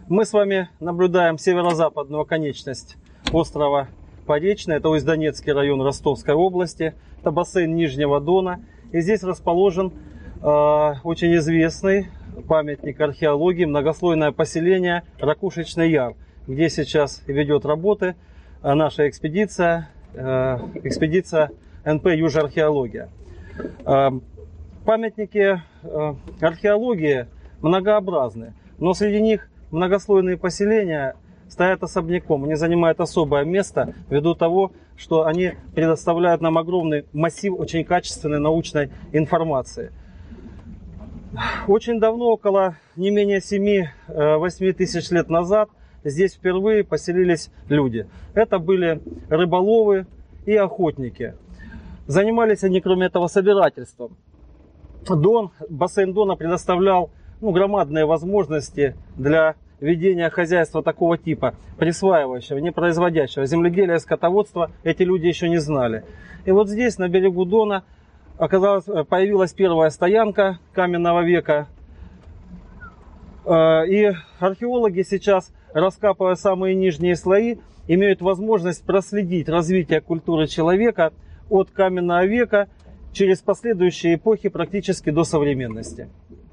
Мы с вами наблюдаем северо-западную оконечность острова Поречный. Это Усть-Донецкий район Ростовской области. Это бассейн Нижнего Дона. И здесь расположен очень известный памятник археологии, многослойное поселение Ракушечный Яр, где сейчас ведет работы наша экспедиция НП «Южархеология». Памятники археологии многообразны, но среди них многослойные поселения стоят особняком. Они занимают особое место ввиду того, что они предоставляют нам огромный массив очень качественной научной информации. Очень давно, около не менее 7-8 тысяч лет назад, здесь впервые поселились люди. Это были рыболовы и охотники. Занимались они, кроме этого, собирательством. Бассейн Дона предоставлял громадные возможности для ведения хозяйства такого типа, присваивающего, непроизводящего. Земледелия и скотоводства эти люди еще не знали. И вот здесь, на берегу Дона, появилась первая стоянка каменного века. И археологи сейчас, раскапывая самые нижние слои, имеют возможность проследить развитие культуры человека от каменного века через последующие эпохи практически до современности.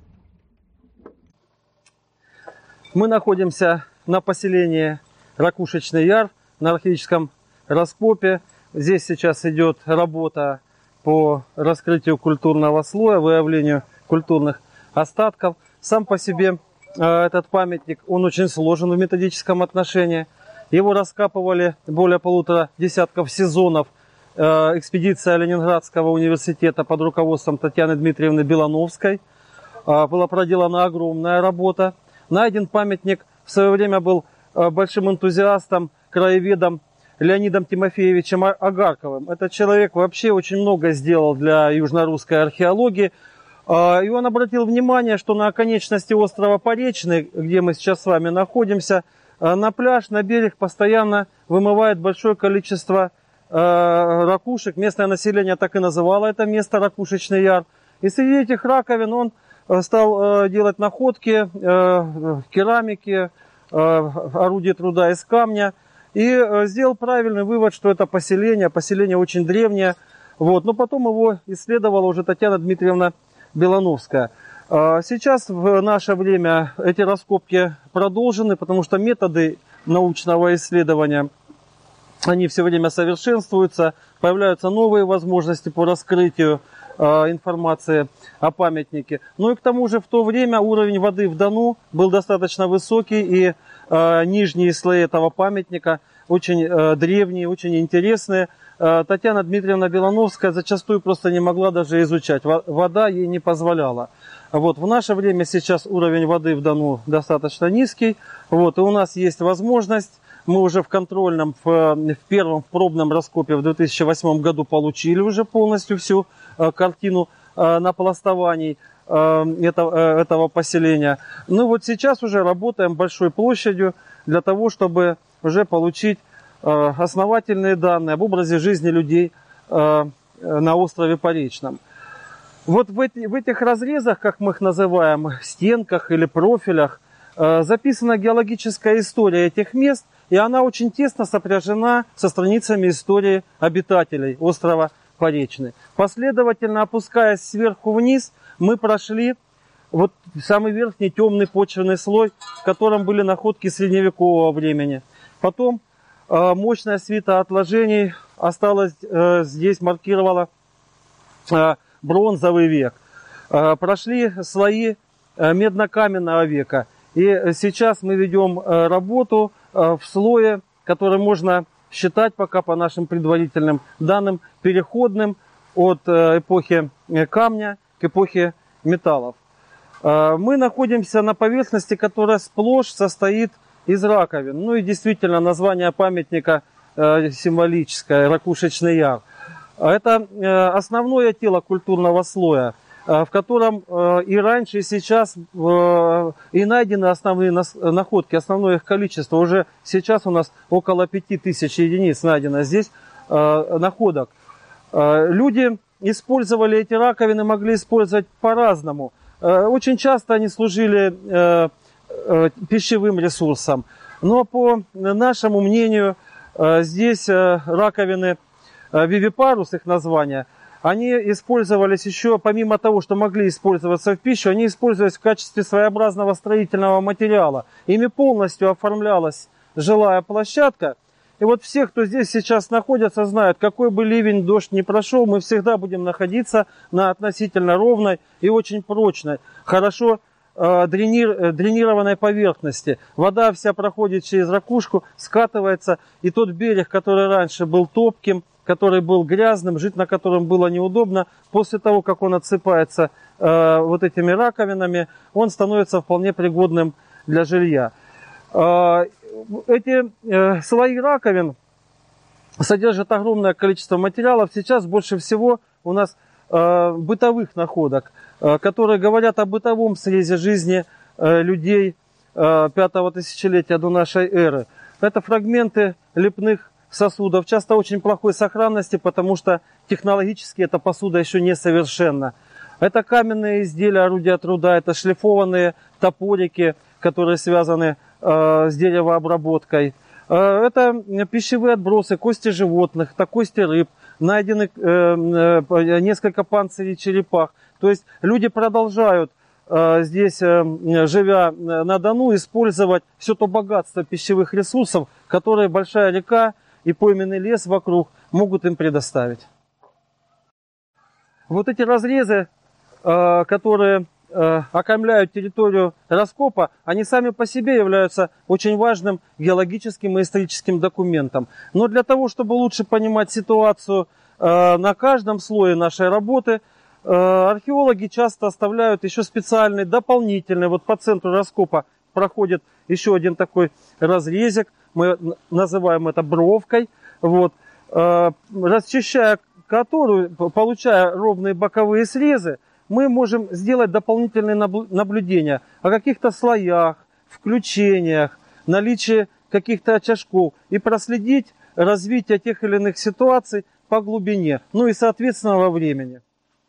Мы находимся на поселении Ракушечный Яр, на археологическом раскопе. Здесь сейчас идет работа по раскрытию культурного слоя, выявлению культурных остатков. Сам по себе этот памятник, он очень сложен в методическом отношении. Его раскапывали более 1,5 десятков сезонов. Экспедиция Ленинградского университета под руководством Татьяны Дмитриевны Белановской. Была проделана огромная работа. Найден памятник в свое время был большим энтузиастом, краеведом Леонидом Тимофеевичем Агарковым. Этот человек вообще очень много сделал для южно-русской археологии. И он обратил внимание, что на оконечности острова Поречный, где мы сейчас с вами находимся, на пляж, на берег постоянно вымывает большое количество ракушек. Местное население так и называло это место Ракушечный Яр. И среди этих раковин он стал делать находки керамики, орудия труда из камня. И сделал правильный вывод, что это поселение очень древнее. Вот. Но потом его исследовала уже Татьяна Дмитриевна Белановская. Сейчас в наше время эти раскопки продолжены, потому что методы научного исследования, они все время совершенствуются, появляются новые возможности по раскрытию информации о памятнике. Ну и к тому же в то время уровень воды в Дону был достаточно высокий, и нижние слои этого памятника очень древние, очень интересные. Татьяна Дмитриевна Белановская зачастую просто не могла даже изучать. Вода ей не позволяла. Вот. В наше время сейчас уровень воды в Дону достаточно низкий. Вот. И у нас есть возможность. Мы уже в контрольном, в первом пробном раскопе в 2008 году получили уже полностью всю картину напластований этого поселения. Ну вот сейчас уже работаем большой площадью для того, чтобы уже получить основательные данные об образе жизни людей на острове Поречном. Вот в этих разрезах, как мы их называем, стенках или профилях, записана геологическая история этих мест, и она очень тесно сопряжена со страницами истории обитателей острова Поречный. Последовательно опускаясь сверху вниз, мы прошли вот самый верхний темный почвенный слой, в котором были находки средневекового времени. Потом мощная свита отложений осталась здесь, маркировала бронзовый век. Прошли слои медно-каменного века. И сейчас мы ведем работу в слое, который можно считать пока по нашим предварительным данным переходным от эпохи камня к эпохе металлов. Мы находимся на поверхности, которая сплошь состоит из раковин. Ну и действительно название памятника символическое — Ракушечный Яр. Это основное тело культурного слоя, в котором и раньше, и сейчас и найдены основные находки, основное их количество. Уже сейчас у нас около 5000 единиц найдено здесь находок. Люди использовали эти раковины, могли использовать по-разному. Очень часто они служили пищевым ресурсам. Но по нашему мнению, здесь раковины Viviparus, их название, они использовались еще, помимо того, что могли использоваться в пищу, они использовались в качестве своеобразного строительного материала. Ими полностью оформлялась жилая площадка. И вот все, кто здесь сейчас находится, знают, какой бы ливень, дождь ни прошел, мы всегда будем находиться на относительно ровной и очень прочной, хорошо дренированной поверхности. Вода вся проходит через ракушку, скатывается, и тот берег, который раньше был топким, который был грязным, жить на котором было неудобно, после того, как он отсыпается вот этими раковинами, он становится вполне пригодным для жилья. Эти слои раковин содержат огромное количество материалов. Сейчас больше всего у нас бытовых находок, которые говорят о бытовом срезе жизни людей 5-го тысячелетия до нашей эры. Это фрагменты лепных сосудов, часто очень плохой сохранности, потому что технологически эта посуда еще несовершенна. Это каменные изделия, орудия труда, это шлифованные топорики, которые связаны с деревообработкой. Это пищевые отбросы, кости животных, кости рыб, найдены несколько панцирей черепах. То есть люди продолжают здесь, живя на Дону, использовать все то богатство пищевых ресурсов, которые большая река и пойменный лес вокруг могут им предоставить. Вот эти разрезы, которые окаймляют территорию раскопа, они сами по себе являются очень важным геологическим и историческим документом. Но для того, чтобы лучше понимать ситуацию на каждом слое нашей работы, археологи часто оставляют еще специальный, дополнительный, вот по центру раскопа проходит еще один такой разрезик, мы называем это бровкой, вот, расчищая которую, получая ровные боковые срезы, мы можем сделать дополнительные наблюдения о каких-то слоях, включениях, наличии каких-то очажков и проследить развитие тех или иных ситуаций по глубине, ну и соответственно во времени.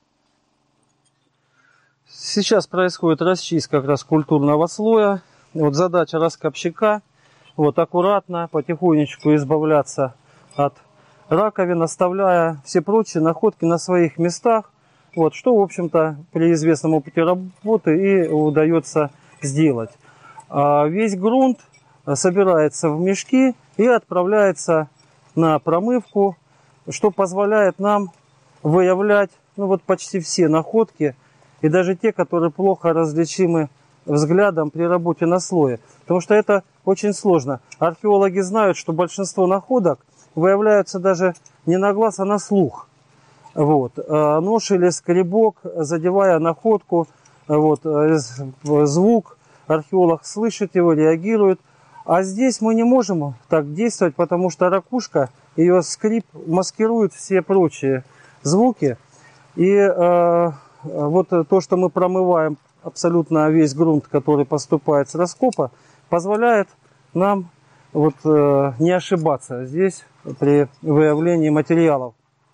Сейчас происходит расчистка как раз культурного слоя. Вот задача раскопщика вот аккуратно, потихонечку избавляться от раковин, оставляя все прочие находки на своих местах. Вот, что, в общем-то, при известном опыте работы и удается сделать. Весь грунт собирается в мешки и отправляется на промывку, что позволяет нам выявлять вот почти все находки, и даже те, которые плохо различимы взглядом при работе на слое. Потому что это очень сложно. Археологи знают, что большинство находок выявляются даже не на глаз, а на слух. Вот. Нож или скребок, задевая находку, вот, звук, археолог слышит его, реагирует. А здесь мы не можем так действовать, потому что ракушка, ее скрип маскирует все прочие звуки. И вот то, что мы промываем абсолютно весь грунт, который поступает с раскопа, позволяет нам вот, не ошибаться здесь при выявлении материалов.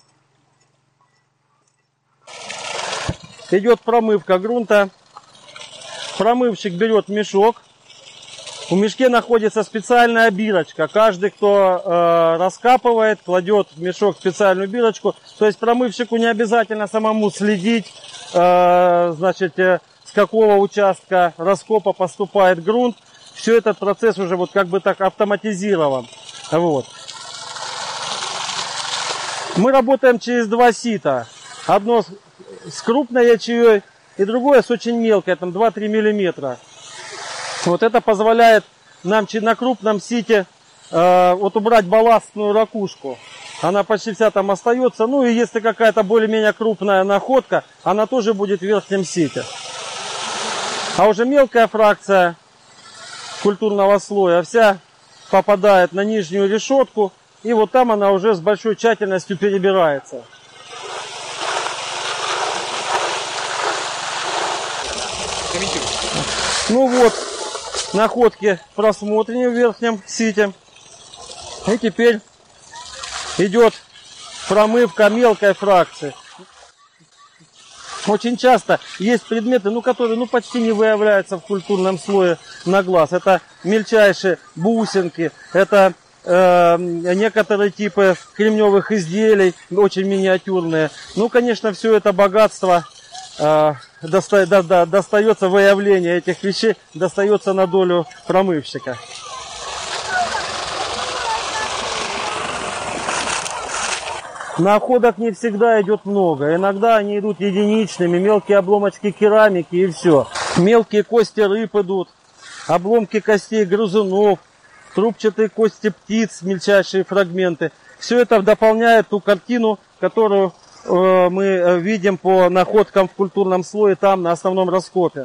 Идет промывка грунта. Промывщик берет мешок. В мешке находится специальная бирочка. Каждый, кто раскапывает, кладет в мешок специальную бирочку. То есть промывщику не обязательно самому следить, значит, с какого участка раскопа поступает грунт. Все этот процесс уже вот как бы так автоматизирован. Вот. Мы работаем через два сита. Одно с крупной ячеей и другое с очень мелкой, там 2-3 миллиметра. Вот это позволяет нам на крупном сите вот убрать балластную ракушку. Она почти вся там остается. Ну и если какая-то более-менее крупная находка, она тоже будет в верхнем сите. А уже мелкая фракция культурного слоя вся попадает на нижнюю решетку. И вот там она уже с большой тщательностью перебирается. Ну вот, находки просмотрены в верхнем сите. И теперь идет промывка мелкой фракции. Очень часто есть предметы, которые почти не выявляются в культурном слое на глаз. Это мельчайшие бусинки, это некоторые типы кремневых изделий, очень миниатюрные. Конечно, все это богатство достается, выявление этих вещей достается на долю промывщика. Находок не всегда идет много. Иногда они идут единичными, мелкие обломочки керамики и все. Мелкие кости рыб идут, обломки костей грызунов, трубчатые кости птиц, мельчайшие фрагменты. Все это дополняет ту картину, которую мы видим по находкам в культурном слое там, на основном раскопе.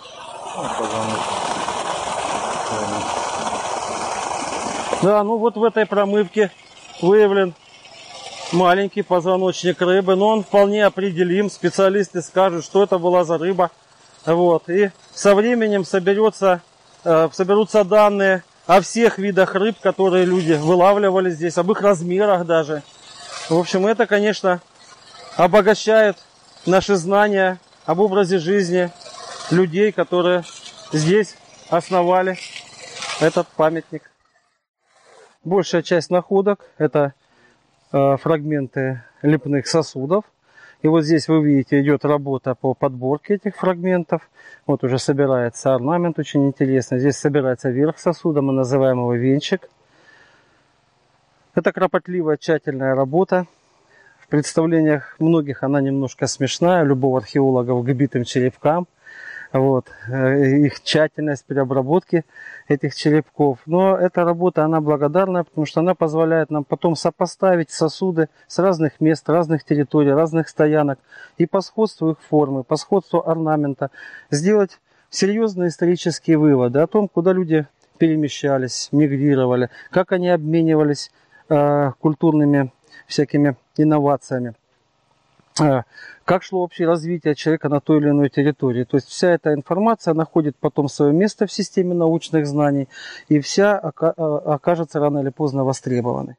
Да, вот в этой промывке выявлен маленький позвоночник рыбы, но он вполне определим. Специалисты скажут, что это была за рыба. И со временем соберутся данные о всех видах рыб, которые люди вылавливали здесь, об их размерах даже. В общем, это, конечно, обогащает наши знания об образе жизни людей, которые здесь основали этот памятник. Большая часть находок – это фрагменты лепных сосудов. И вот здесь вы видите, идет работа по подборке этих фрагментов. Вот уже собирается орнамент, очень интересно. Здесь собирается верх сосуда, мы называем его венчик. Это кропотливая, тщательная работа. В представлениях многих она немножко смешная, любого археолога к битым черепкам. Их тщательность при обработке этих черепков. Но эта работа, она благодарна, потому что она позволяет нам потом сопоставить сосуды с разных мест, разных территорий, разных стоянок. И по сходству их формы, по сходству орнамента сделать серьезные исторические выводы о том, куда люди перемещались, мигрировали, как они обменивались культурными всякими инновациями. Как шло вообще развитие человека на той или иной территории. То есть вся эта информация находит потом свое место в системе научных знаний и вся окажется рано или поздно востребованной.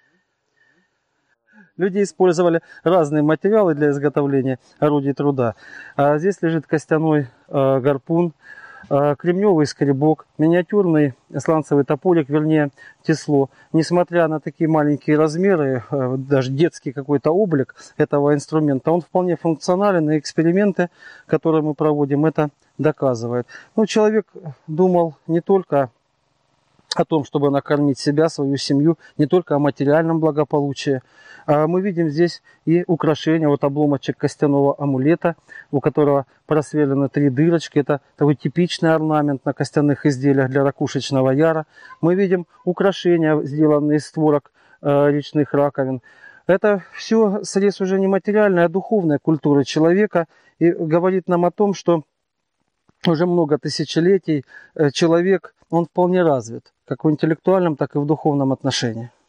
Люди использовали разные материалы для изготовления орудий труда. Здесь лежит костяной гарпун, кремневый скребок, миниатюрный сланцевый топорик, вернее тесло. Несмотря на такие маленькие размеры, даже детский какой-то облик этого инструмента, он вполне функционален, и эксперименты, которые мы проводим, это доказывают. Человек думал не только о том, чтобы накормить себя, свою семью, не только о материальном благополучии. Мы видим здесь и украшения, обломочек костяного амулета, у которого просверлены 3 дырочки. Это такой типичный орнамент на костяных изделиях для ракушечного яра. Мы видим украшения, сделанные из створок речных раковин. Это все срез уже не материальной, а духовной культуры человека, и говорит нам о том, что уже много тысячелетий человек, он вполне развит, как в интеллектуальном, так и в духовном отношении.